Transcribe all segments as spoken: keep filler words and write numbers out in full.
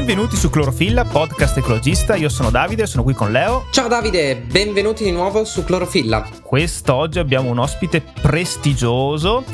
Benvenuti su Clorofilla, podcast ecologista. Io sono Davide, sono qui con Leo. Ciao Davide, benvenuti di nuovo su Clorofilla. Quest'oggi abbiamo un ospite prestigioso,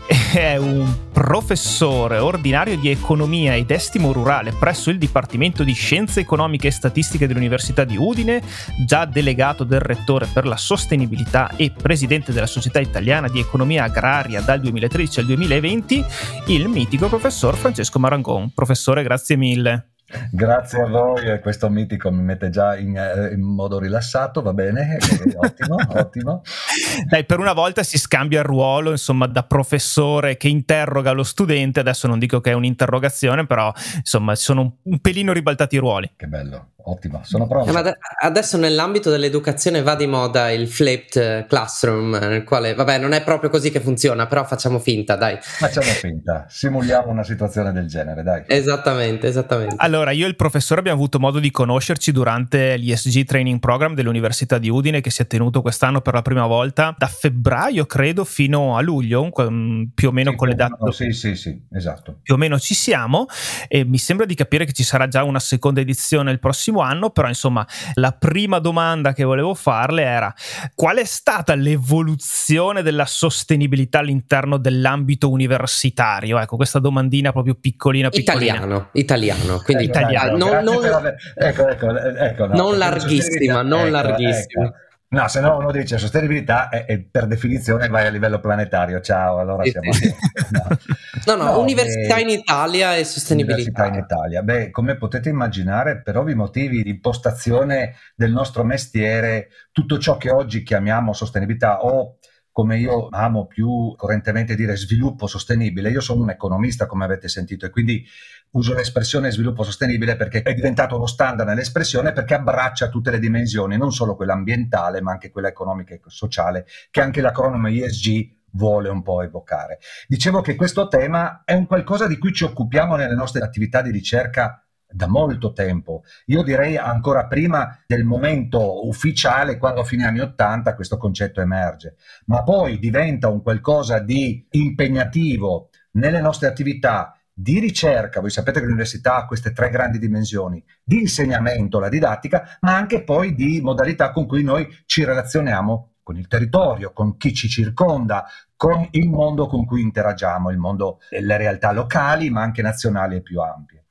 è un professore ordinario di economia ed estimo rurale presso il Dipartimento di Scienze Economiche e Statistiche dell'Università di Udine, già delegato del rettore per la sostenibilità e presidente della Società Italiana di Economia Agraria dal duemilatredici al duemilaventi, il mitico professor Francesco Marangon. Professore, grazie mille. Grazie a voi, questo mitico mi mette già in, in modo rilassato, va bene, ottimo, ottimo. Dai, per una volta si scambia il ruolo, insomma, da professore che interroga lo studente. Adesso non dico che è un'interrogazione, però insomma sono un, un pelino ribaltati i ruoli. Che bello, ottimo, sono pronto. Eh, ma ad- adesso nell'ambito dell'educazione va di moda il flipped classroom, nel quale, vabbè, non è proprio così che funziona, però facciamo finta, dai. Facciamo finta, simuliamo una situazione del genere, dai. Esattamente, esattamente. Allora, io e il professore abbiamo avuto modo di conoscerci durante l'E S G Training Program dell'Università di Udine, che si è tenuto quest'anno per la prima volta, da febbraio credo fino a luglio, più o meno sì, con le date. No, sì, sì, sì, esatto. Più o meno ci siamo, e mi sembra di capire che ci sarà già una seconda edizione il prossimo anno, però insomma la prima domanda che volevo farle era: qual è stata l'evoluzione della sostenibilità all'interno dell'ambito universitario? Ecco, questa domandina proprio piccolina, piccolina. Italiano, italiano, quindi Ecco, italiano. non, non, aver... ecco, ecco, ecco, no, non larghissima, non ecco, larghissima. Ecco. No, se no uno dice sostenibilità e, e per definizione vai a livello planetario. Ciao, allora Sì, siamo sì. no. No, no, No, università eh, in Italia e sostenibilità. Università in Italia. Beh, come potete immaginare, per ovvi motivi di impostazione del nostro mestiere, tutto ciò che oggi chiamiamo sostenibilità o, come io amo più correntemente dire, sviluppo sostenibile. Io sono un economista, come avete sentito, e quindi uso l'espressione sviluppo sostenibile perché è diventato uno standard nell'espressione, perché abbraccia tutte le dimensioni, non solo quella ambientale, ma anche quella economica e sociale, che anche l'acronimo E S G vuole un po' evocare. Dicevo che questo tema è un qualcosa di cui ci occupiamo nelle nostre attività di ricerca da molto tempo. Io direi ancora prima del momento ufficiale, quando a fine anni ottanta questo concetto emerge, ma poi diventa un qualcosa di impegnativo nelle nostre attività di ricerca. Voi sapete che l'università ha queste tre grandi dimensioni: di insegnamento, la didattica, ma anche poi di modalità con cui noi ci relazioniamo con il territorio, con chi ci circonda, con il mondo con cui interagiamo, il mondo delle realtà locali, ma anche nazionali e più ampie.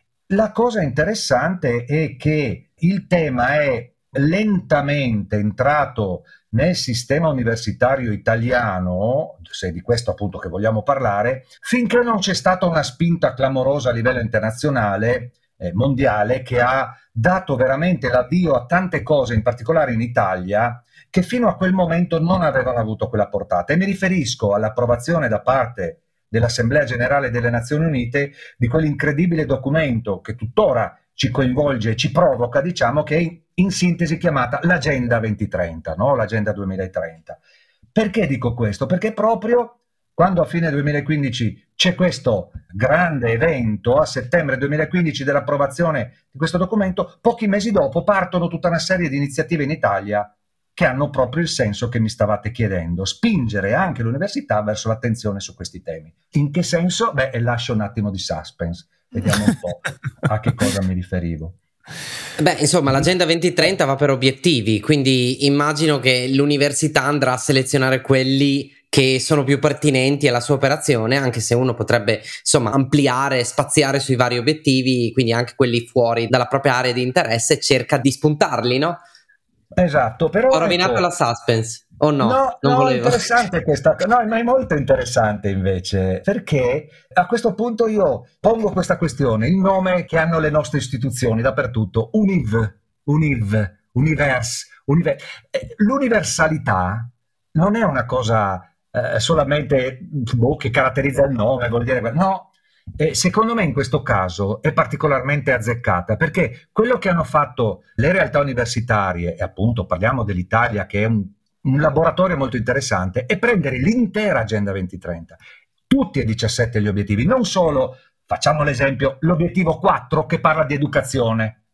La cosa interessante è che il tema è lentamente entrato nel sistema universitario italiano, se è di questo appunto che vogliamo parlare, finché non c'è stata una spinta clamorosa a livello internazionale, eh, mondiale, che ha dato veramente l'avvio a tante cose, in particolare in Italia, che fino a quel momento non avevano avuto quella portata. E mi riferisco all'approvazione da parte dell'Assemblea Generale delle Nazioni Unite di quell'incredibile documento che tuttora ci coinvolge e ci provoca, diciamo, che è in sintesi chiamata l'Agenda duemilatrenta, no? L'Agenda duemilatrenta. Perché dico questo? Perché proprio quando a fine duemilaquindici c'è questo grande evento, a settembre duemilaquindici, dell'approvazione di questo documento, pochi mesi dopo partono tutta una serie di iniziative in Italia che hanno proprio il senso che mi stavate chiedendo: spingere anche l'università verso l'attenzione su questi temi. In che senso? Beh, lascio un attimo di suspense, vediamo un po' a che cosa mi riferivo. Beh, insomma, l'Agenda duemilatrenta va per obiettivi, quindi immagino che l'università andrà a selezionare quelli che sono più pertinenti alla sua operazione, anche se uno potrebbe, insomma, ampliare, spaziare sui vari obiettivi, quindi anche quelli fuori dalla propria area di interesse, cerca di spuntarli, no? Esatto, però Ho rovinato ecco, la suspense, o no? no, Non no, volevo. interessante questa, no, ma è molto interessante invece, perché a questo punto io pongo questa questione: il nome che hanno le nostre istituzioni dappertutto, Univ, Univ, Univers, Univer- eh, l'universalità non è una cosa eh, solamente boh, che caratterizza il nome, vuol dire, no. Eh, secondo me in questo caso è particolarmente azzeccata, perché quello che hanno fatto le realtà universitarie, e appunto parliamo dell'Italia che è un, un laboratorio molto interessante, è prendere l'intera Agenda duemilatrenta, tutti e diciassette gli obiettivi, non solo, facciamo l'esempio, l'obiettivo quattro che parla di educazione,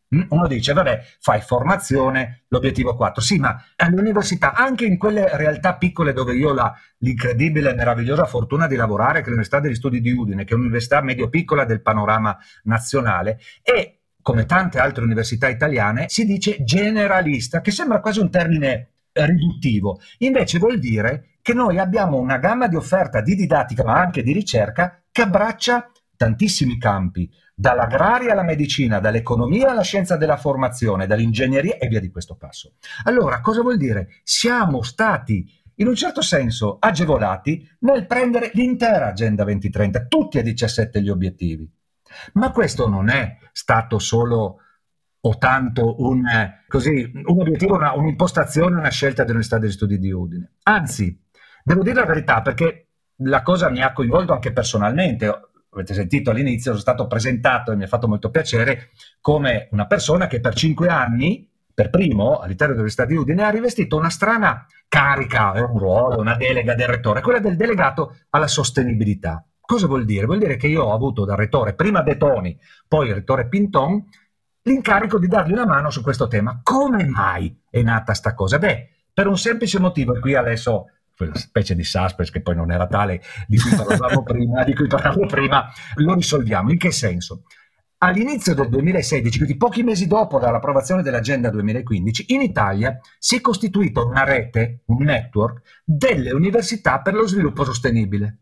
Uno dice, vabbè, fai formazione, l'obiettivo quattro. Sì, ma all'università, anche in quelle realtà piccole dove io ho la, l'incredibile e meravigliosa fortuna di lavorare, che è l'Università degli Studi di Udine, che è un'università medio-piccola del panorama nazionale, e come tante altre università italiane si dice generalista, che sembra quasi un termine riduttivo. Invece vuol dire che noi abbiamo una gamma di offerta di didattica, ma anche di ricerca, che abbraccia tantissimi campi, dall'agraria alla medicina, dall'economia alla scienza della formazione, dall'ingegneria e via di questo passo. Allora, cosa vuol dire? Siamo stati in un certo senso agevolati nel prendere l'intera Agenda duemilatrenta, tutti e diciassette gli obiettivi. Ma questo non è stato solo o tanto un, così, un obiettivo, una, un'impostazione, una scelta dell'Università degli Studi di Udine. Anzi, devo dire la verità, perché la cosa mi ha coinvolto anche personalmente. Avete sentito all'inizio, sono stato presentato e mi ha fatto molto piacere come una persona che per cinque anni, per primo, all'interno dell'Università di Udine, ha rivestito una strana carica, un ruolo, una delega del rettore, quella del delegato alla sostenibilità. Cosa vuol dire? Vuol dire che io ho avuto dal rettore, prima Betoni, poi il rettore Pinton, l'incarico di dargli una mano su questo tema. Come mai è nata sta cosa? Beh, per un semplice motivo, e qui adesso quella specie di suspense che poi non era tale di cui parlavamo prima, di cui parlavo prima, lo risolviamo. In che senso? All'inizio del duemilasedici, quindi pochi mesi dopo dall'approvazione dell'Agenda duemilaquindici, in Italia si è costituita una rete, un network, delle università per lo sviluppo sostenibile.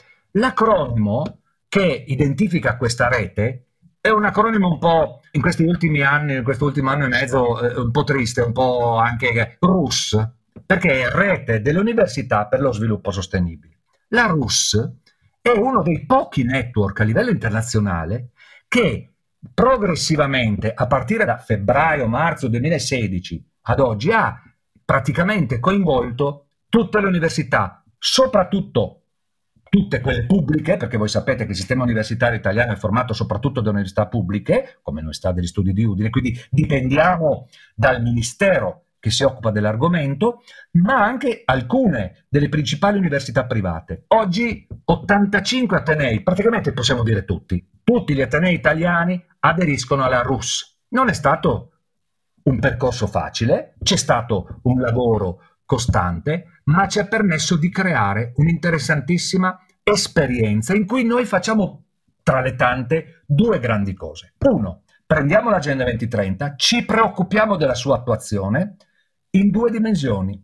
L'acronimo che identifica questa rete è un acronimo un po', in questi ultimi anni, in questo ultimo anno e mezzo, eh, un po' triste, un po' anche R U S, perché è Rete delle Università per lo Sviluppo Sostenibile. La R U S è uno dei pochi network a livello internazionale che progressivamente, a partire da febbraio-marzo duemilasedici ad oggi, ha praticamente coinvolto tutte le università, soprattutto tutte quelle pubbliche, perché voi sapete che il sistema universitario italiano è formato soprattutto da università pubbliche, come l'Università degli Studi di Udine, quindi dipendiamo dal Ministero che si occupa dell'argomento, ma anche alcune delle principali università private. Oggi ottantacinque atenei, praticamente possiamo dire tutti, tutti gli atenei italiani aderiscono alla R U S. Non è stato un percorso facile, c'è stato un lavoro costante, ma ci ha permesso di creare un'interessantissima esperienza in cui noi facciamo, tra le tante, due grandi cose. Uno, prendiamo l'Agenda duemilatrenta, ci preoccupiamo della sua attuazione in due dimensioni.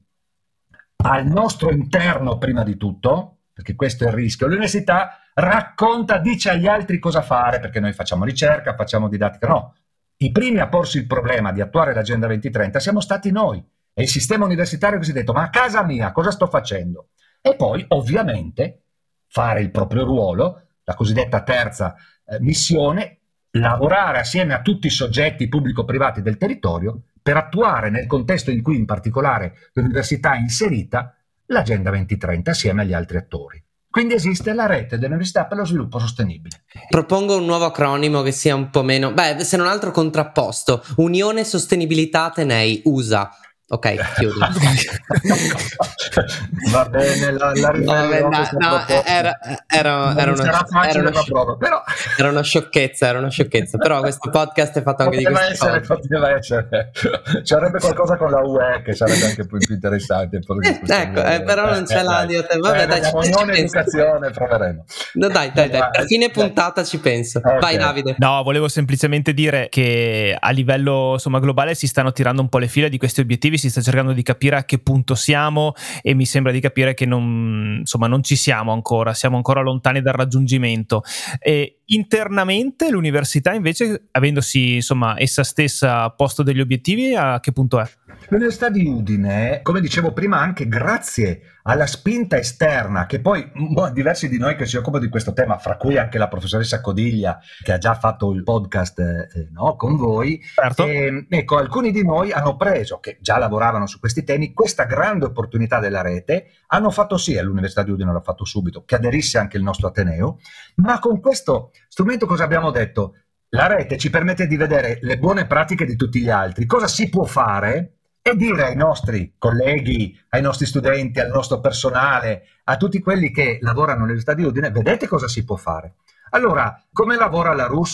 Al nostro interno, prima di tutto, perché questo è il rischio, l'università racconta, dice agli altri cosa fare, perché noi facciamo ricerca, facciamo didattica. No, i primi a porsi il problema di attuare l'Agenda duemilatrenta siamo stati noi. È il sistema universitario che si è detto, ma a casa mia cosa sto facendo? E poi, ovviamente, fare il proprio ruolo, la cosiddetta terza eh, missione, lavorare assieme a tutti i soggetti pubblico-privati del territorio per attuare nel contesto in cui in particolare l'università è inserita l'Agenda duemilatrenta assieme agli altri attori. Quindi esiste la rete dell'Università per lo Sviluppo Sostenibile. Propongo un nuovo acronimo che sia un po' meno, beh, se non altro contrapposto, Unione Sostenibilità Atenei, U S A. Ok, chiudo. Va bene, la, la no, vabbè, no, no, era, era, era, una, era, una, prova, però... era una sciocchezza, era una sciocchezza, però questo podcast è fatto anche poteva di queste essere, cose. Poteva essere, sarebbe qualcosa con la U E che sarebbe anche più, più interessante. Eh, ecco, eh, però non c'è eh, la di te. Vabbè, eh, dai, ci, ci educazione, proveremo. No, dai, dai, dai, per fine puntata ci penso. Okay. Vai, Davide. No, volevo semplicemente dire che a livello insomma globale si stanno tirando un po' le fila di questi obiettivi, si sta cercando di capire a che punto siamo e mi sembra di capire che non, insomma, non ci siamo ancora, siamo ancora lontani dal raggiungimento. E internamente l'università invece, avendosi insomma essa stessa posto degli obiettivi, a che punto è? L'Università di Udine, come dicevo prima, anche grazie alla spinta esterna, che poi diversi di noi che si occupano di questo tema, fra cui anche la professoressa Codiglia, che ha già fatto il podcast eh, no, con voi, certo. e, ecco, alcuni di noi hanno preso, che già lavoravano su questi temi, questa grande opportunità della rete, hanno fatto sì, all'Università di Udine l'ha fatto subito, che aderisse anche il nostro Ateneo, ma con questo strumento cosa abbiamo detto? La rete ci permette di vedere le buone pratiche di tutti gli altri, cosa si può fare, e dire ai nostri colleghi, ai nostri studenti, al nostro personale, a tutti quelli che lavorano all'Università di Udine, vedete cosa si può fare. Allora, come lavora la R U S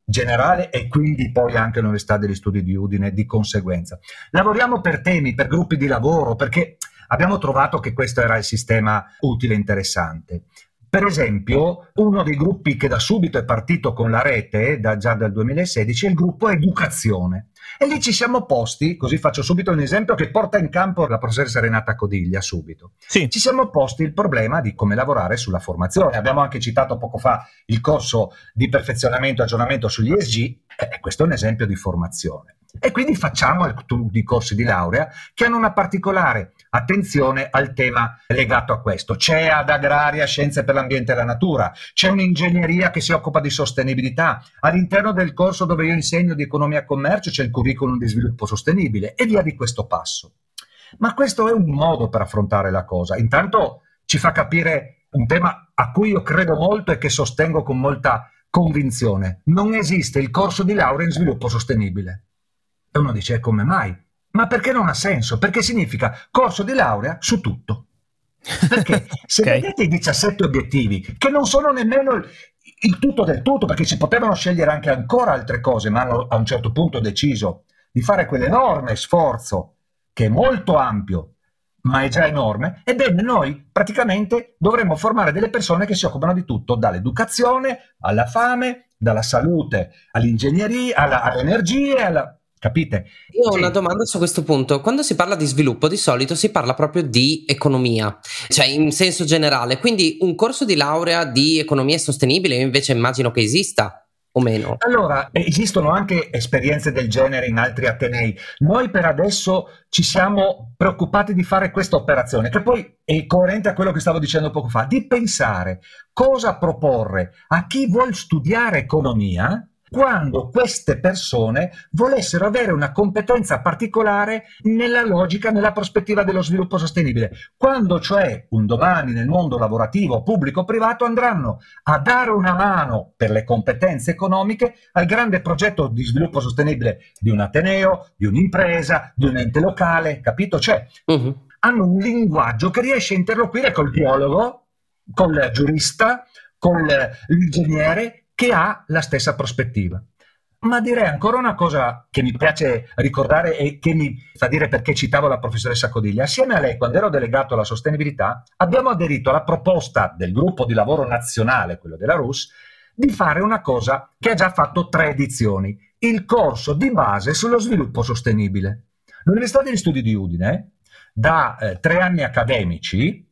generale e quindi poi anche all'Università degli Studi di Udine di conseguenza. Lavoriamo per temi, per gruppi di lavoro, perché abbiamo trovato che questo era il sistema utile e interessante. Per esempio, uno dei gruppi che da subito è partito con la rete, da, già dal duemilasedici, è il gruppo Educazione. E lì ci siamo posti, così faccio subito un esempio che porta in campo la professoressa Renata Codiglia subito. Sì. Ci siamo posti il problema di come lavorare sulla formazione. Abbiamo anche citato poco fa il corso di perfezionamento e aggiornamento sugli E S G, e questo è un esempio di formazione. E quindi facciamo di corsi di laurea che hanno una particolare attenzione al tema legato a questo. C'è ad agraria, scienze per l'ambiente e la natura, c'è un'ingegneria che si occupa di sostenibilità, all'interno del corso dove io insegno di economia e commercio c'è il curriculum di sviluppo sostenibile e via di questo passo. Ma questo è un modo per affrontare la cosa. Intanto ci fa capire un tema a cui io credo molto e che sostengo con molta convinzione. Non esiste il corso di laurea in sviluppo sostenibile. E uno dice, come mai? Ma perché non ha senso? Perché significa corso di laurea su tutto. Perché se Okay. vedete i diciassette obiettivi, che non sono nemmeno il, il tutto del tutto, perché si potevano scegliere anche ancora altre cose, ma hanno a un certo punto deciso di fare quell'enorme sforzo, che è molto ampio, ma è già enorme, ebbene noi praticamente dovremmo formare delle persone che si occupano di tutto, dall'educazione alla fame, dalla salute all'ingegneria, alla, alle energie, alla... Capite? Io ho Sì. una domanda su questo punto. Quando si parla di sviluppo, di solito si parla proprio di economia, cioè in senso generale. Quindi un corso di laurea di economia sostenibile, io invece immagino che esista o meno. Allora, esistono anche esperienze del genere in altri atenei. Noi per adesso ci siamo preoccupati di fare questa operazione, che poi è coerente a quello che stavo dicendo poco fa, di pensare cosa proporre a chi vuol studiare economia quando queste persone volessero avere una competenza particolare nella logica, nella prospettiva dello sviluppo sostenibile. Quando cioè un domani nel mondo lavorativo, pubblico o privato andranno a dare una mano per le competenze economiche al grande progetto di sviluppo sostenibile di un ateneo, di un'impresa, di un ente locale, capito? Cioè Uh-huh. hanno un linguaggio che riesce a interloquire col biologo, col giurista, con l'ingegnere, che ha la stessa prospettiva. Ma direi ancora una cosa che mi piace ricordare e che mi fa dire perché citavo la professoressa Codiglia. Assieme a lei, quando ero delegato alla sostenibilità, abbiamo aderito alla proposta del gruppo di lavoro nazionale, quello della R U S, di fare una cosa che ha già fatto tre edizioni, il corso di base sullo sviluppo sostenibile. L'Università degli Studi di Udine, da eh, tre anni accademici,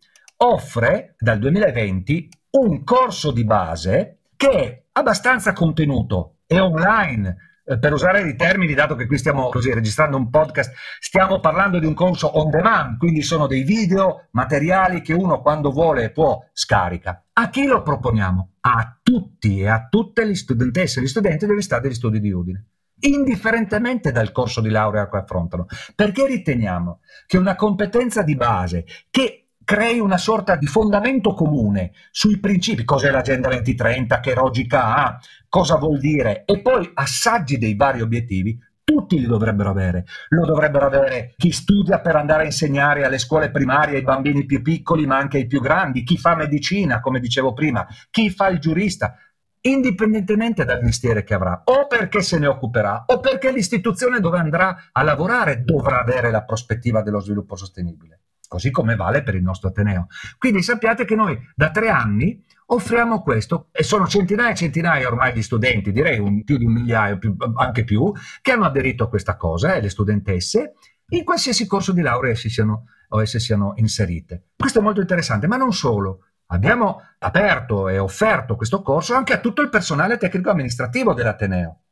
offre dal duemilaventi un corso di base che è abbastanza contenuto, è online, eh, per usare i termini, dato che qui stiamo così registrando un podcast, stiamo parlando di un corso on demand, quindi sono dei video, materiali che uno quando vuole può scarica. A chi lo proponiamo? A tutti e a tutte le studentesse e gli studenti dell'Università degli Studi di Udine, indifferentemente dal corso di laurea che affrontano, perché riteniamo che una competenza di base che crei una sorta di fondamento comune sui principi, cos'è l'Agenda duemilatrenta, che logica ha, cosa vuol dire, e poi assaggi dei vari obiettivi, tutti li dovrebbero avere. Lo dovrebbero avere chi studia per andare a insegnare alle scuole primarie ai bambini più piccoli, ma anche ai più grandi, chi fa medicina, come dicevo prima, chi fa il giurista, indipendentemente dal mestiere che avrà, o perché se ne occuperà, o perché l'istituzione dove andrà a lavorare dovrà avere la prospettiva dello sviluppo sostenibile. Così come vale per il nostro ateneo. Quindi sappiate che noi da tre anni offriamo questo, e sono centinaia e centinaia ormai di studenti, direi un, più di un migliaio, più, anche più, che hanno aderito a questa cosa, e le studentesse, in qualsiasi corso di laurea essi siano, o esse siano inserite. Questo è molto interessante, ma non solo. Abbiamo aperto e offerto questo corso anche a tutto il personale tecnico-amministrativo dell'ateneo.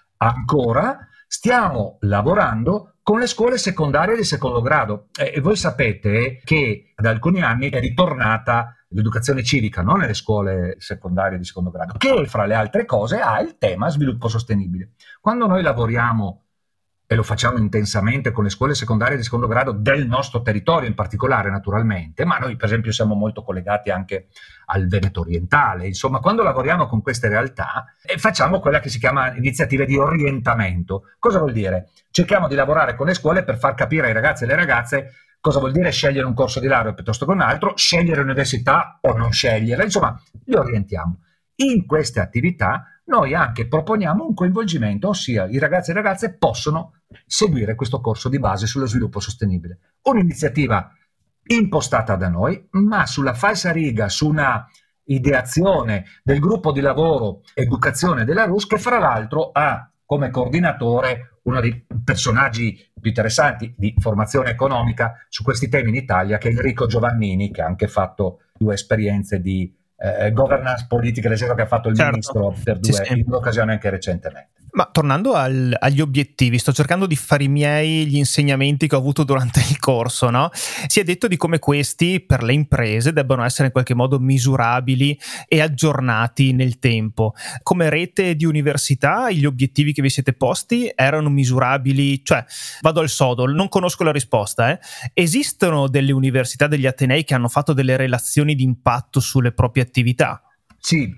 Ancora stiamo lavorando con le scuole secondarie di secondo grado, e voi sapete che da alcuni anni è ritornata l'educazione civica, non nelle scuole secondarie di secondo grado, che fra le altre cose ha il tema sviluppo sostenibile. Quando noi lavoriamo, e lo facciamo intensamente con le scuole secondarie di secondo grado del nostro territorio in particolare naturalmente, ma noi per esempio siamo molto collegati anche al Veneto orientale, insomma quando lavoriamo con queste realtà eh, facciamo quella che si chiama iniziative di orientamento. Cosa vuol dire? Cerchiamo di lavorare con le scuole per far capire ai ragazzi e alle ragazze cosa vuol dire scegliere un corso di laurea piuttosto che un altro, scegliere università o non scegliere, insomma li orientiamo. In queste attività noi anche proponiamo un coinvolgimento, ossia i ragazzi e le ragazze possono seguire questo corso di base sullo sviluppo sostenibile. Un'iniziativa impostata da noi, ma sulla falsa riga, su una ideazione del gruppo di lavoro educazione della R U S, che fra l'altro ha come coordinatore uno dei personaggi più interessanti di formazione economica su questi temi in Italia, che è Enrico Giovannini, che ha anche fatto due esperienze di eh, governance politica, nel senso che ha fatto il certo. ministro per due, sì, sì. in due occasioni anche recentemente. Ma tornando al, agli obiettivi, sto cercando di fare i miei gli insegnamenti che ho avuto durante il corso, no? Si è detto di come questi per le imprese debbano essere in qualche modo misurabili e aggiornati nel tempo. Come rete di università, gli obiettivi che vi siete posti erano misurabili? Cioè, vado al sodo, non conosco la risposta. Eh? Esistono delle università, degli atenei che hanno fatto delle relazioni di impatto sulle proprie attività? Sì,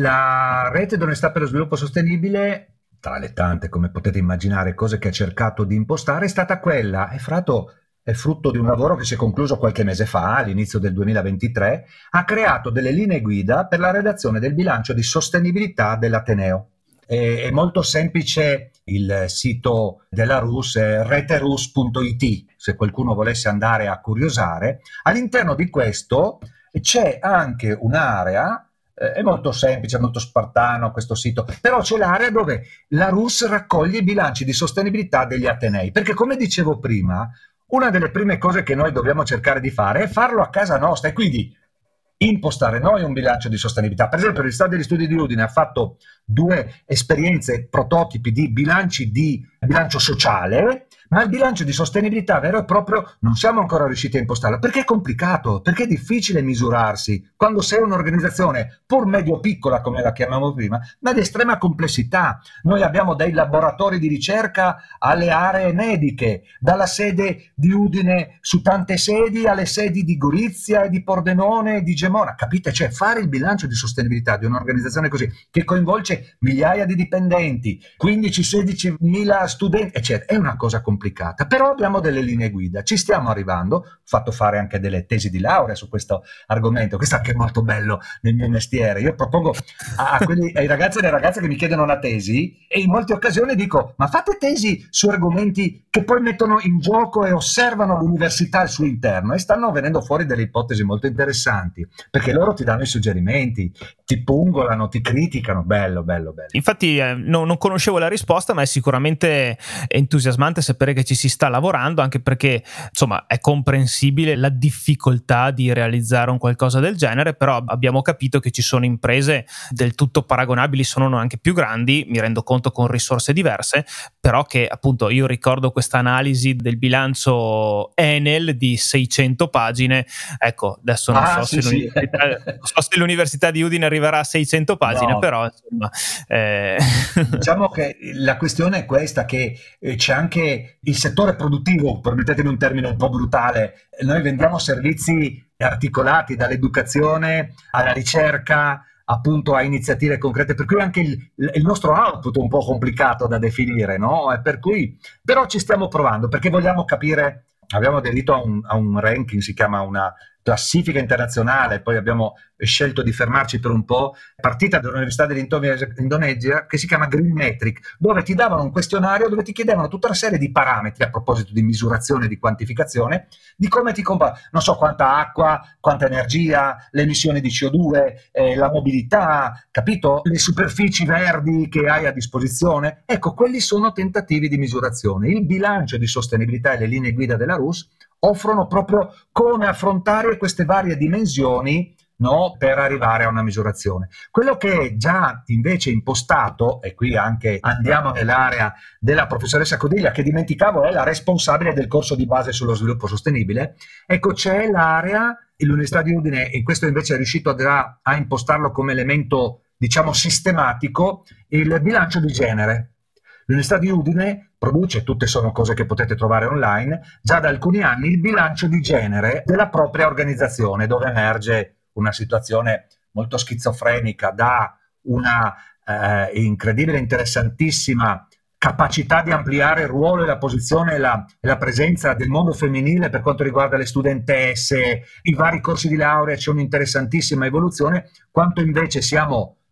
la rete d'onestà per lo sviluppo sostenibile, tra le tante, come potete immaginare, cose che ha cercato di impostare, è stata quella, e fra l'altro è frutto di un lavoro che si è concluso qualche mese fa, all'inizio del duemilaventitré, ha creato delle linee guida per la redazione del bilancio di sostenibilità dell'Ateneo. È, è molto semplice il sito della R U S, è reterus punto it, se qualcuno volesse andare a curiosare. All'interno di questo c'è anche un'area, è molto semplice, è molto spartano questo sito, però c'è l'area dove la R U S raccoglie i bilanci di sostenibilità degli atenei, perché come dicevo prima, una delle prime cose che noi dobbiamo cercare di fare è farlo a casa nostra e quindi impostare noi un bilancio di sostenibilità. Per esempio l'Università degli Studi di Udine ha fatto due esperienze, prototipi di bilanci di bilancio sociale, ma il bilancio di sostenibilità vero e proprio non siamo ancora riusciti a impostarlo, perché è complicato, perché è difficile misurarsi quando sei un'organizzazione pur medio piccola, come la chiamiamo prima, ma di estrema complessità. Noi abbiamo dei laboratori di ricerca alle aree mediche, dalla sede di Udine su tante sedi alle sedi di Gorizia e di Pordenone e di Gemona, capite? Cioè fare il bilancio di sostenibilità di un'organizzazione così, che coinvolge migliaia di dipendenti, quindici sedici mila studenti, eccetera, è una cosa complicata, però abbiamo delle linee guida, ci stiamo arrivando, ho fatto fare anche delle tesi di laurea su questo argomento, questo è anche molto bello nel mio mestiere. Io propongo a, a quelli, ai ragazzi e alle ragazze che mi chiedono una tesi, e in molte occasioni dico, ma fate tesi su argomenti che poi mettono in gioco e osservano l'università al suo interno, e stanno venendo fuori delle ipotesi molto interessanti, perché loro ti danno i suggerimenti, ti pungolano, ti criticano, bello, bello, bello. Infatti eh, no, non conoscevo la risposta, ma è sicuramente entusiasmante sapere che ci si sta lavorando, anche perché insomma è comprensibile la difficoltà di realizzare un qualcosa del genere, però abbiamo capito che ci sono imprese del tutto paragonabili, sono anche più grandi, mi rendo conto, con risorse diverse, però che appunto io ricordo questa analisi del bilancio Enel di seicento pagine, ecco adesso non, ah, so, sì, se sì. non so se l'Università di Udine arriverà a seicento pagine, no. però insomma eh... diciamo che la questione è questa, che c'è anche il settore produttivo, permettetemi un termine un po' brutale, noi vendiamo servizi articolati dall'educazione alla ricerca, appunto a iniziative concrete, per cui anche il, il nostro output è un po' complicato da definire, no? E per cui, però ci stiamo provando, perché vogliamo capire, abbiamo aderito a un, a un ranking, si chiama una classifica internazionale, poi abbiamo scelto di fermarci per un po', partita dall'Università dell'Indonesia, che si chiama Green Metric, dove ti davano un questionario dove ti chiedevano tutta una serie di parametri a proposito di misurazione e di quantificazione, di come ti comporti, non so, quanta acqua, quanta energia, le emissioni di C O due, eh, la mobilità, capito? Le superfici verdi che hai a disposizione. Ecco, quelli sono tentativi di misurazione. Il bilancio di sostenibilità e le linee guida della R U S offrono proprio come affrontare queste varie dimensioni, no, per arrivare a una misurazione. Quello che è già invece impostato, e qui anche andiamo nell'area della professoressa Codiglia, che dimenticavo è la responsabile del corso di base sullo sviluppo sostenibile, ecco c'è l'area, l'Università di Udine in questo invece è riuscito a, a impostarlo come elemento, diciamo, sistematico, il bilancio di genere. L'Università di Udine produce, tutte sono cose che potete trovare online, già da alcuni anni il bilancio di genere della propria organizzazione, dove emerge una situazione molto schizofrenica, da una eh, incredibile, interessantissima capacità di ampliare il ruolo e la posizione e la, e la presenza del mondo femminile per quanto riguarda le studentesse, i vari corsi di laurea, c'è un'interessantissima evoluzione, quanto invece siamo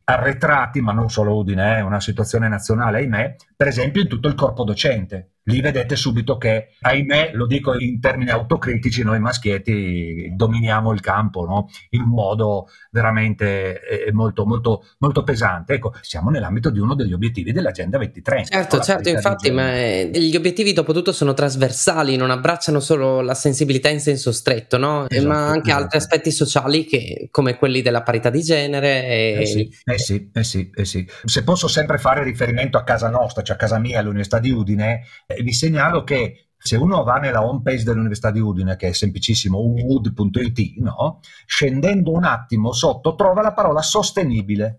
arretrati, ma non solo Udine, è una situazione nazionale, ahimè, per esempio in tutto il corpo docente. Lì vedete subito che, ahimè, lo dico in termini autocritici, noi maschietti dominiamo il campo, no? In un modo veramente eh, molto, molto, molto pesante. Ecco, siamo nell'ambito di uno degli obiettivi dell'Agenda ventitrenta. Certo, certo, infatti, ma è, gli obiettivi dopo tutto sono trasversali, non abbracciano solo la sensibilità in senso stretto, no? Esatto, ma anche esatto. altri aspetti sociali che, come quelli della parità di genere. E... Eh sì, eh sì, eh sì, eh sì. Se posso sempre fare riferimento a casa nostra, cioè a casa mia, all'Università di Udine, eh, vi segnalo che se uno va nella home page dell'Università di Udine, che è semplicissimo, u u d punto i t, no? Scendendo un attimo sotto trova la parola sostenibile.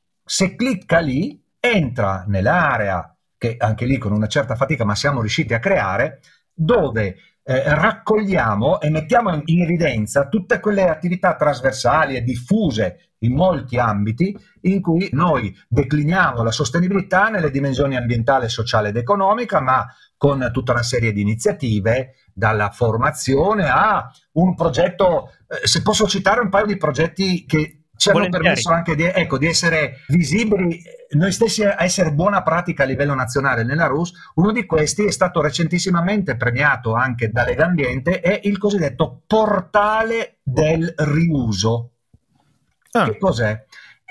Se clicca lì, entra nell'area, che anche lì con una certa fatica, ma siamo riusciti a creare, dove eh, raccogliamo e mettiamo in, in evidenza tutte quelle attività trasversali e diffuse in molti ambiti in cui noi decliniamo la sostenibilità nelle dimensioni ambientale, sociale ed economica, ma con tutta una serie di iniziative, dalla formazione a un progetto, eh, se posso citare un paio di progetti che ci hanno Volentieri. permesso anche di, ecco, di essere visibili noi stessi, a essere buona pratica a livello nazionale nella R U S. Uno di questi è stato recentissimamente premiato anche da Legambiente, è il cosiddetto portale del riuso. Ah. Che cos'è?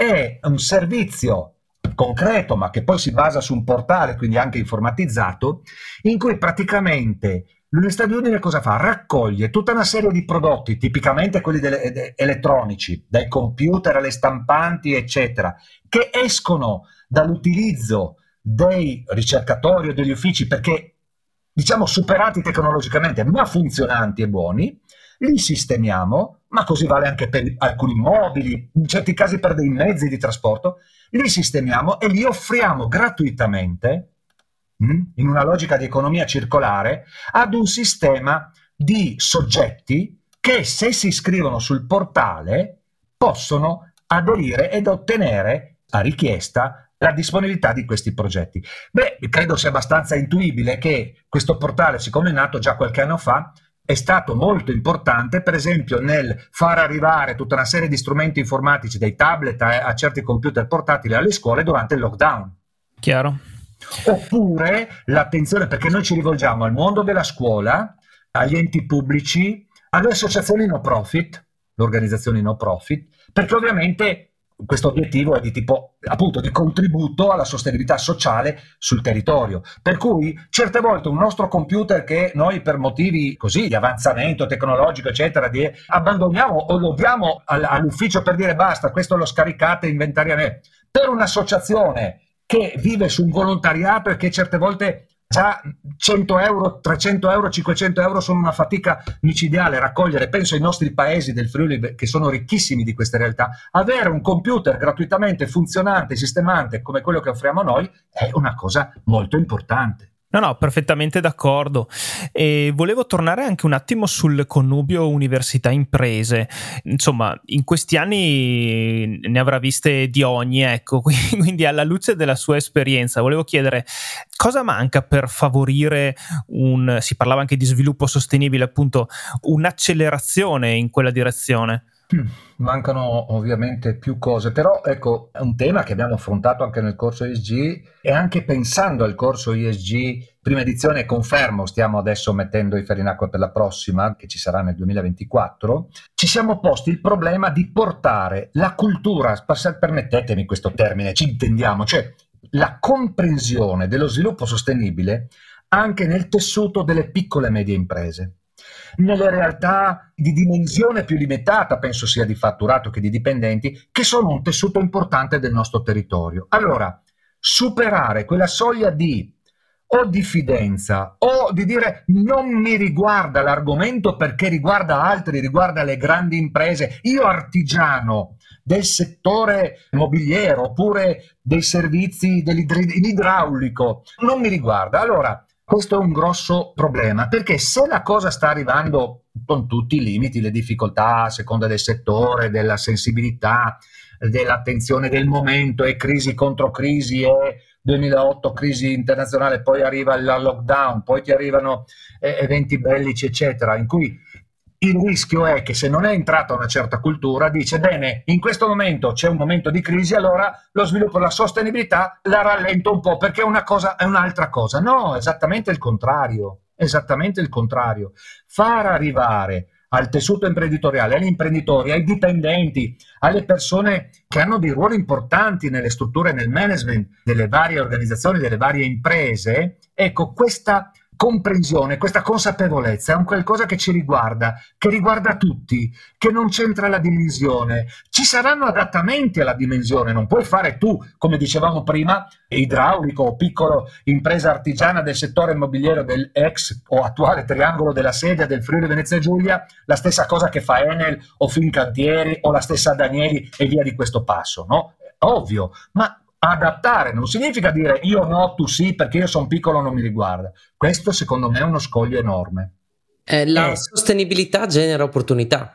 È un servizio concreto, ma che poi si basa su un portale, quindi anche informatizzato, in cui praticamente l'Università di Udine cosa fa? Raccoglie tutta una serie di prodotti, tipicamente quelli delle, de, elettronici, dai computer alle stampanti, eccetera, che escono dall'utilizzo dei ricercatori o degli uffici perché, diciamo, superati tecnologicamente, ma funzionanti e buoni. Li sistemiamo, ma così vale anche per alcuni mobili, in certi casi per dei mezzi di trasporto, li sistemiamo e li offriamo gratuitamente, mh, in una logica di economia circolare, ad un sistema di soggetti che, se si iscrivono sul portale, possono aderire ed ottenere a richiesta la disponibilità di questi progetti. Beh, credo sia abbastanza intuibile che questo portale, siccome è nato già qualche anno fa, è stato molto importante, per esempio, nel far arrivare tutta una serie di strumenti informatici, dai tablet a, a certi computer portatili alle scuole durante il lockdown. Chiaro. Oppure l'attenzione, perché noi ci rivolgiamo al mondo della scuola, agli enti pubblici, alle associazioni no profit, le organizzazioni no profit, perché ovviamente questo obiettivo è di tipo, appunto, di contributo alla sostenibilità sociale sul territorio. Per cui certe volte un nostro computer che noi per motivi così di avanzamento tecnologico eccetera di, abbandoniamo o lo diamo all, all'ufficio per dire basta, questo lo scaricate inventariamente, per un'associazione che vive su un volontariato e che certe volte già cento euro, trecento euro, cinquecento euro sono una fatica micidiale raccogliere. Penso ai nostri paesi del Friuli che sono ricchissimi di queste realtà. Avere un computer gratuitamente funzionante, sistemante come quello che offriamo noi è una cosa molto importante. No, no, perfettamente d'accordo. E volevo tornare anche un attimo sul connubio università-imprese. Insomma, in questi anni ne avrà viste di ogni, ecco, quindi alla luce della sua esperienza volevo chiedere cosa manca per favorire un, si parlava anche di sviluppo sostenibile, appunto, un'accelerazione in quella direzione? Hmm, mancano ovviamente più cose, però ecco, è un tema che abbiamo affrontato anche nel corso E S G e anche pensando al corso E S G prima edizione, confermo, stiamo adesso mettendo i ferri in acqua per la prossima, che ci sarà nel duemilaventiquattro, ci siamo posti il problema di portare la cultura, permettetemi questo termine, ci intendiamo, cioè la comprensione dello sviluppo sostenibile anche nel tessuto delle piccole e medie imprese. Nelle realtà di dimensione più limitata, penso sia di fatturato che di dipendenti, che sono un tessuto importante del nostro territorio. Allora, superare quella soglia di o diffidenza o di dire non mi riguarda l'argomento perché riguarda altri, riguarda le grandi imprese, io artigiano del settore mobiliero oppure dei servizi dell'idraulico, non mi riguarda. Allora, questo è un grosso problema, perché se la cosa sta arrivando con tutti i limiti, le difficoltà a seconda del settore, della sensibilità, dell'attenzione del momento e crisi contro crisi e duemilaotto crisi internazionale, poi arriva il lockdown, poi ti arrivano eh, eventi bellici eccetera, in cui Il rischio è che se non è entrata una certa cultura dice bene, in questo momento c'è un momento di crisi, allora lo sviluppo, la sostenibilità la rallento un po' perché è una cosa, è un'altra cosa. No, esattamente il contrario, esattamente il contrario. Far arrivare al tessuto imprenditoriale, agli imprenditori, ai dipendenti, alle persone che hanno dei ruoli importanti nelle strutture, nel management delle varie organizzazioni, delle varie imprese, ecco, questa comprensione, questa consapevolezza è un qualcosa che ci riguarda, che riguarda tutti, che non c'entra la dimensione. Ci saranno adattamenti alla dimensione, non puoi fare tu, come dicevamo prima, idraulico o piccolo impresa artigiana del settore immobiliare del ex o attuale Triangolo della Sedia del Friuli Venezia Giulia, la stessa cosa che fa Enel o Fincantieri o la stessa Danieli e via di questo passo, no? Ovvio, ma adattare non significa dire io no, tu sì, perché io sono piccolo, non mi riguarda. Questo secondo me è uno scoglio enorme. Eh, la eh, sostenibilità genera opportunità.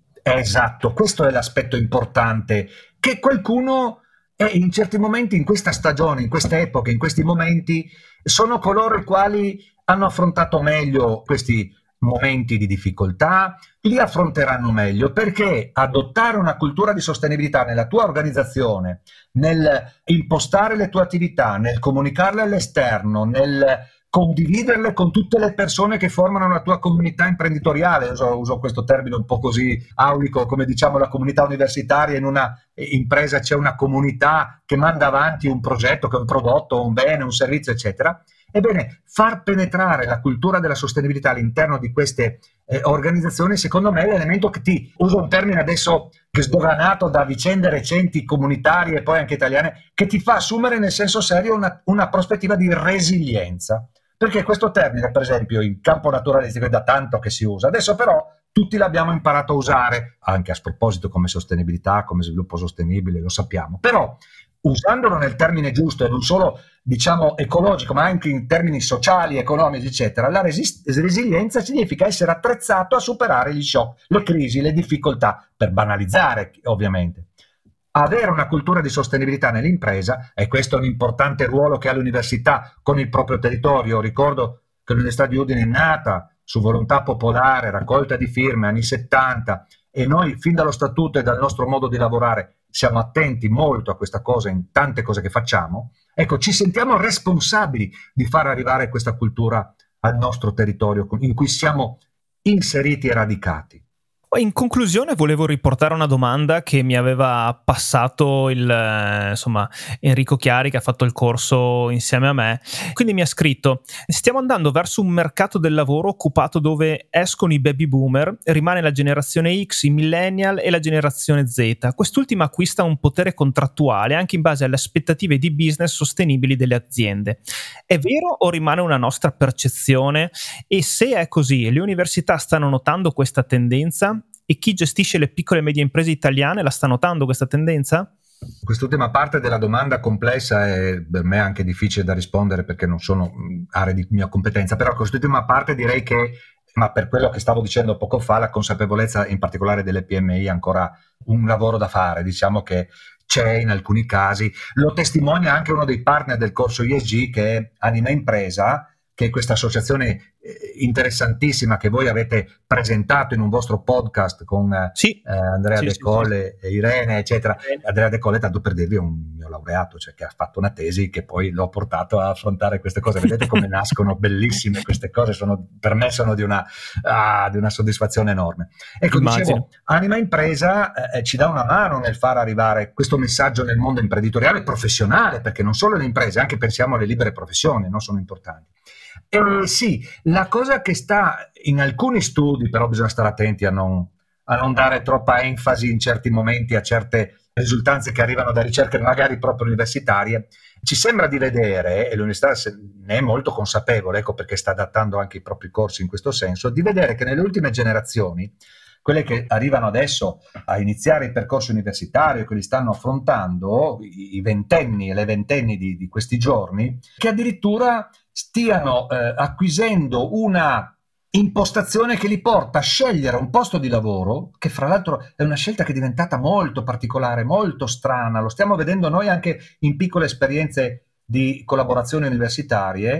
Esatto, questo è l'aspetto importante, che qualcuno eh, in certi momenti, in questa stagione, in queste epoche, in questi momenti, sono coloro i quali hanno affrontato meglio questi momenti di difficoltà, li affronteranno meglio perché adottare una cultura di sostenibilità nella tua organizzazione, nel impostare le tue attività, nel comunicarle all'esterno, nel condividerle con tutte le persone che formano la tua comunità imprenditoriale, uso, uso questo termine un po' così aulico, come diciamo la comunità universitaria, in una impresa c'è una comunità che manda avanti un progetto, che è un prodotto, un bene, un servizio, eccetera. Ebbene, far penetrare la cultura della sostenibilità all'interno di queste eh, organizzazioni, secondo me, è l'elemento che ti, uso un termine adesso che è sdoganato da vicende recenti comunitarie e poi anche italiane, che ti fa assumere nel senso serio una, una prospettiva di resilienza. Perché questo termine, per esempio, in campo naturalistico è da tanto che si usa, adesso però tutti l'abbiamo imparato a usare, anche a sproposito come sostenibilità, come sviluppo sostenibile, lo sappiamo, però usandolo nel termine giusto e non solo diciamo ecologico ma anche in termini sociali, economici eccetera, la resist- resilienza significa essere attrezzato a superare gli shock, le crisi, le difficoltà, per banalizzare ovviamente. Avere una cultura di sostenibilità nell'impresa, e questo è un importante ruolo che ha l'università con il proprio territorio. Ricordo che l'Università di Udine è nata su volontà popolare, raccolta di firme, anni settanta, e noi fin dallo statuto e dal nostro modo di lavorare siamo attenti molto a questa cosa in tante cose che facciamo. Ecco, ci sentiamo responsabili di far arrivare questa cultura al nostro territorio in cui siamo inseriti e radicati. In conclusione volevo riportare una domanda che mi aveva passato il, eh, insomma, Enrico Chiari, che ha fatto il corso insieme a me. Quindi mi ha scritto: stiamo andando verso un mercato del lavoro occupato dove escono i baby boomer, rimane la generazione X, i millennial e la generazione Z. Quest'ultima acquista un potere contrattuale anche in base alle aspettative di business sostenibili delle aziende. È vero o rimane una nostra percezione? E se è così, le università stanno notando questa tendenza? E chi gestisce le piccole e medie imprese italiane la sta notando questa tendenza? Quest'ultima parte della domanda complessa è per me anche difficile da rispondere perché non sono aree di mia competenza, però quest'ultima parte direi che, ma per quello che stavo dicendo poco fa, la consapevolezza in particolare delle P M I è ancora un lavoro da fare, diciamo che c'è in alcuni casi, lo testimonia anche uno dei partner del corso I S G che è Anima Impresa, che è questa associazione interessantissima che voi avete presentato in un vostro podcast con sì. eh, Andrea sì, De Colle sì, sì. e Irene eccetera. Bene. Andrea De Colle, tanto per dirvi, è un mio laureato, cioè che ha fatto una tesi che poi l'ho portato a affrontare queste cose. Vedete come nascono bellissime queste cose, sono, per me sono di una, ah, di una soddisfazione enorme. Ecco, Immagino. dicevo, Anima Impresa eh, ci dà una mano nel far arrivare questo messaggio nel mondo imprenditoriale e professionale, perché non solo le imprese, anche pensiamo alle libere professioni, no? Sono importanti. Eh, sì, la cosa che sta in alcuni studi, però bisogna stare attenti a non, a non dare troppa enfasi in certi momenti a certe risultanze che arrivano da ricerche magari proprio universitarie, ci sembra di vedere, e l'università ne è molto consapevole, ecco perché sta adattando anche i propri corsi in questo senso, di vedere che nelle ultime generazioni, quelle che arrivano adesso a iniziare il percorso universitario, che li stanno affrontando, i, i ventenni e le ventenni di, di questi giorni, che addirittura stiano eh, acquisendo una impostazione che li porta a scegliere un posto di lavoro, che fra l'altro è una scelta che è diventata molto particolare, molto strana, lo stiamo vedendo noi anche in piccole esperienze di collaborazioni universitarie,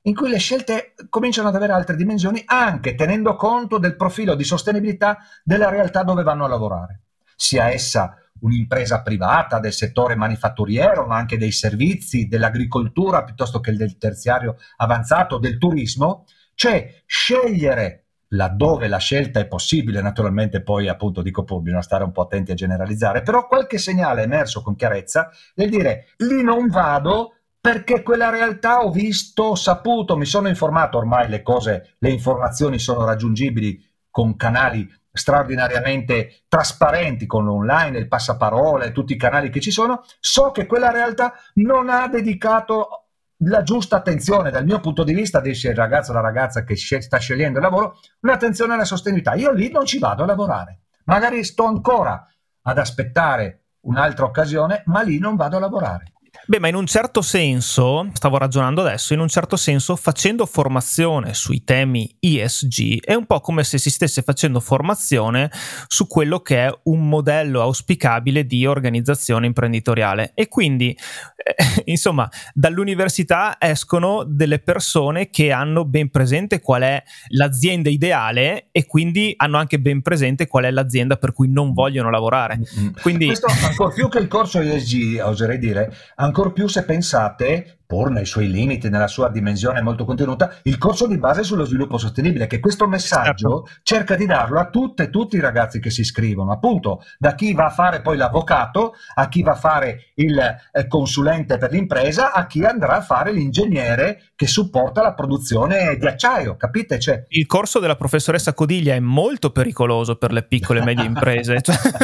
in cui le scelte cominciano ad avere altre dimensioni, anche tenendo conto del profilo di sostenibilità della realtà dove vanno a lavorare, sia essa un'impresa privata del settore manifatturiero, ma anche dei servizi, dell'agricoltura, piuttosto che del terziario avanzato, del turismo. Cioè scegliere, laddove la scelta è possibile, naturalmente poi appunto dico pur, bisogna stare un po' attenti a generalizzare, però qualche segnale è emerso con chiarezza nel dire lì non vado perché quella realtà ho visto, ho saputo, mi sono informato, ormai le cose, le informazioni sono raggiungibili con canali straordinariamente trasparenti, con l'online, il passaparole, tutti i canali che ci sono, so che quella realtà non ha dedicato la giusta attenzione, dal mio punto di vista, dice il ragazzo o la ragazza che sta scegliendo il lavoro, un'attenzione alla sostenibilità. Io lì non ci vado a lavorare, magari sto ancora ad aspettare un'altra occasione, ma lì non vado a lavorare. Beh, ma in un certo senso, stavo ragionando adesso, in un certo senso facendo formazione sui temi E S G è un po' come se si stesse facendo formazione su quello che è un modello auspicabile di organizzazione imprenditoriale, e quindi eh, insomma dall'università escono delle persone che hanno ben presente qual è l'azienda ideale e quindi hanno anche ben presente qual è l'azienda per cui non vogliono lavorare. Quindi questo ancor più che il corso E S G, oserei dire, ancor più se pensate, pur nei suoi limiti, nella sua dimensione molto contenuta, il corso di base sullo sviluppo sostenibile, che questo messaggio certo. cerca di darlo a tutte e tutti i ragazzi che si iscrivono, appunto da chi va a fare poi l'avvocato, a chi va a fare il eh, consulente per l'impresa, a chi andrà a fare l'ingegnere che supporta la produzione di acciaio, capite? Cioè... il corso della professoressa Codiglia è molto pericoloso per le piccole e medie imprese.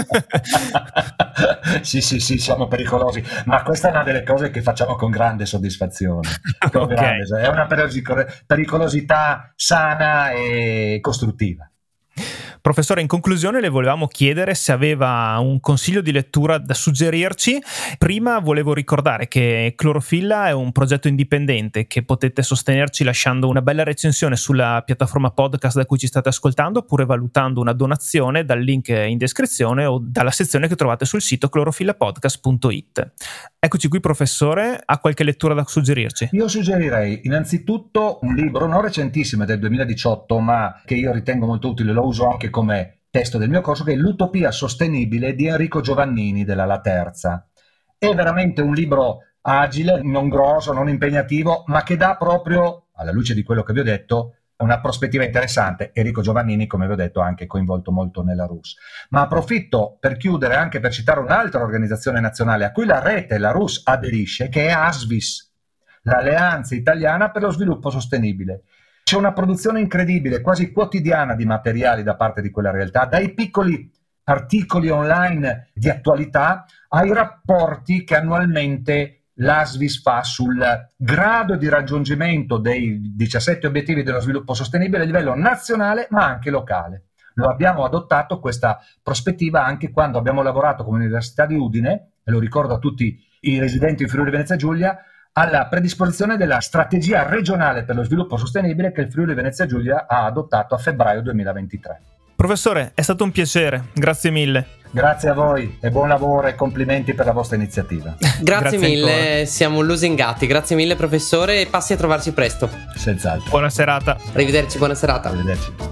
sì sì sì, siamo pericolosi, ma questa è una delle cose che facciamo con grande soddisfazione. Con okay. grande, è una pericolosità sana e costruttiva. Professore, in conclusione le volevamo chiedere se aveva un consiglio di lettura da suggerirci. Prima volevo ricordare che Clorofilla è un progetto indipendente che potete sostenerci lasciando una bella recensione sulla piattaforma podcast da cui ci state ascoltando, oppure valutando una donazione dal link in descrizione o dalla sezione che trovate sul sito clorofillapodcast punto it. Eccoci qui, professore, ha qualche lettura da suggerirci? Io suggerirei innanzitutto un libro non recentissimo, è del duemiladiciotto, ma che io ritengo molto utile, lo uso anche come testo del mio corso, che è L'utopia sostenibile di Enrico Giovannini della La Terza. È veramente un libro agile, non grosso, non impegnativo, ma che dà proprio, alla luce di quello che vi ho detto, una prospettiva interessante. Enrico Giovannini, come vi ho detto, ha anche coinvolto molto nella R U S. Ma approfitto per chiudere anche per citare un'altra organizzazione nazionale a cui la rete, la R U S, aderisce, che è ASVIS, l'Alleanza Italiana per lo Sviluppo Sostenibile. C'è una produzione incredibile, quasi quotidiana, di materiali da parte di quella realtà, dai piccoli articoli online di attualità ai rapporti che annualmente l'ASVIS fa sul grado di raggiungimento dei diciassette obiettivi dello sviluppo sostenibile a livello nazionale ma anche locale. Lo abbiamo adottato questa prospettiva anche quando abbiamo lavorato con l'Università di Udine, e lo ricordo a tutti i residenti in Friuli Venezia Giulia, alla predisposizione della strategia regionale per lo sviluppo sostenibile che il Friuli Venezia Giulia ha adottato a febbraio duemilaventitré. Professore, è stato un piacere, grazie mille. Grazie a voi e buon lavoro e complimenti per la vostra iniziativa. Grazie, grazie mille, ancora. Siamo lusingati. Grazie mille professore e passi a trovarci presto. Senz'altro. Buona serata. Arrivederci, buona serata. Arrivederci.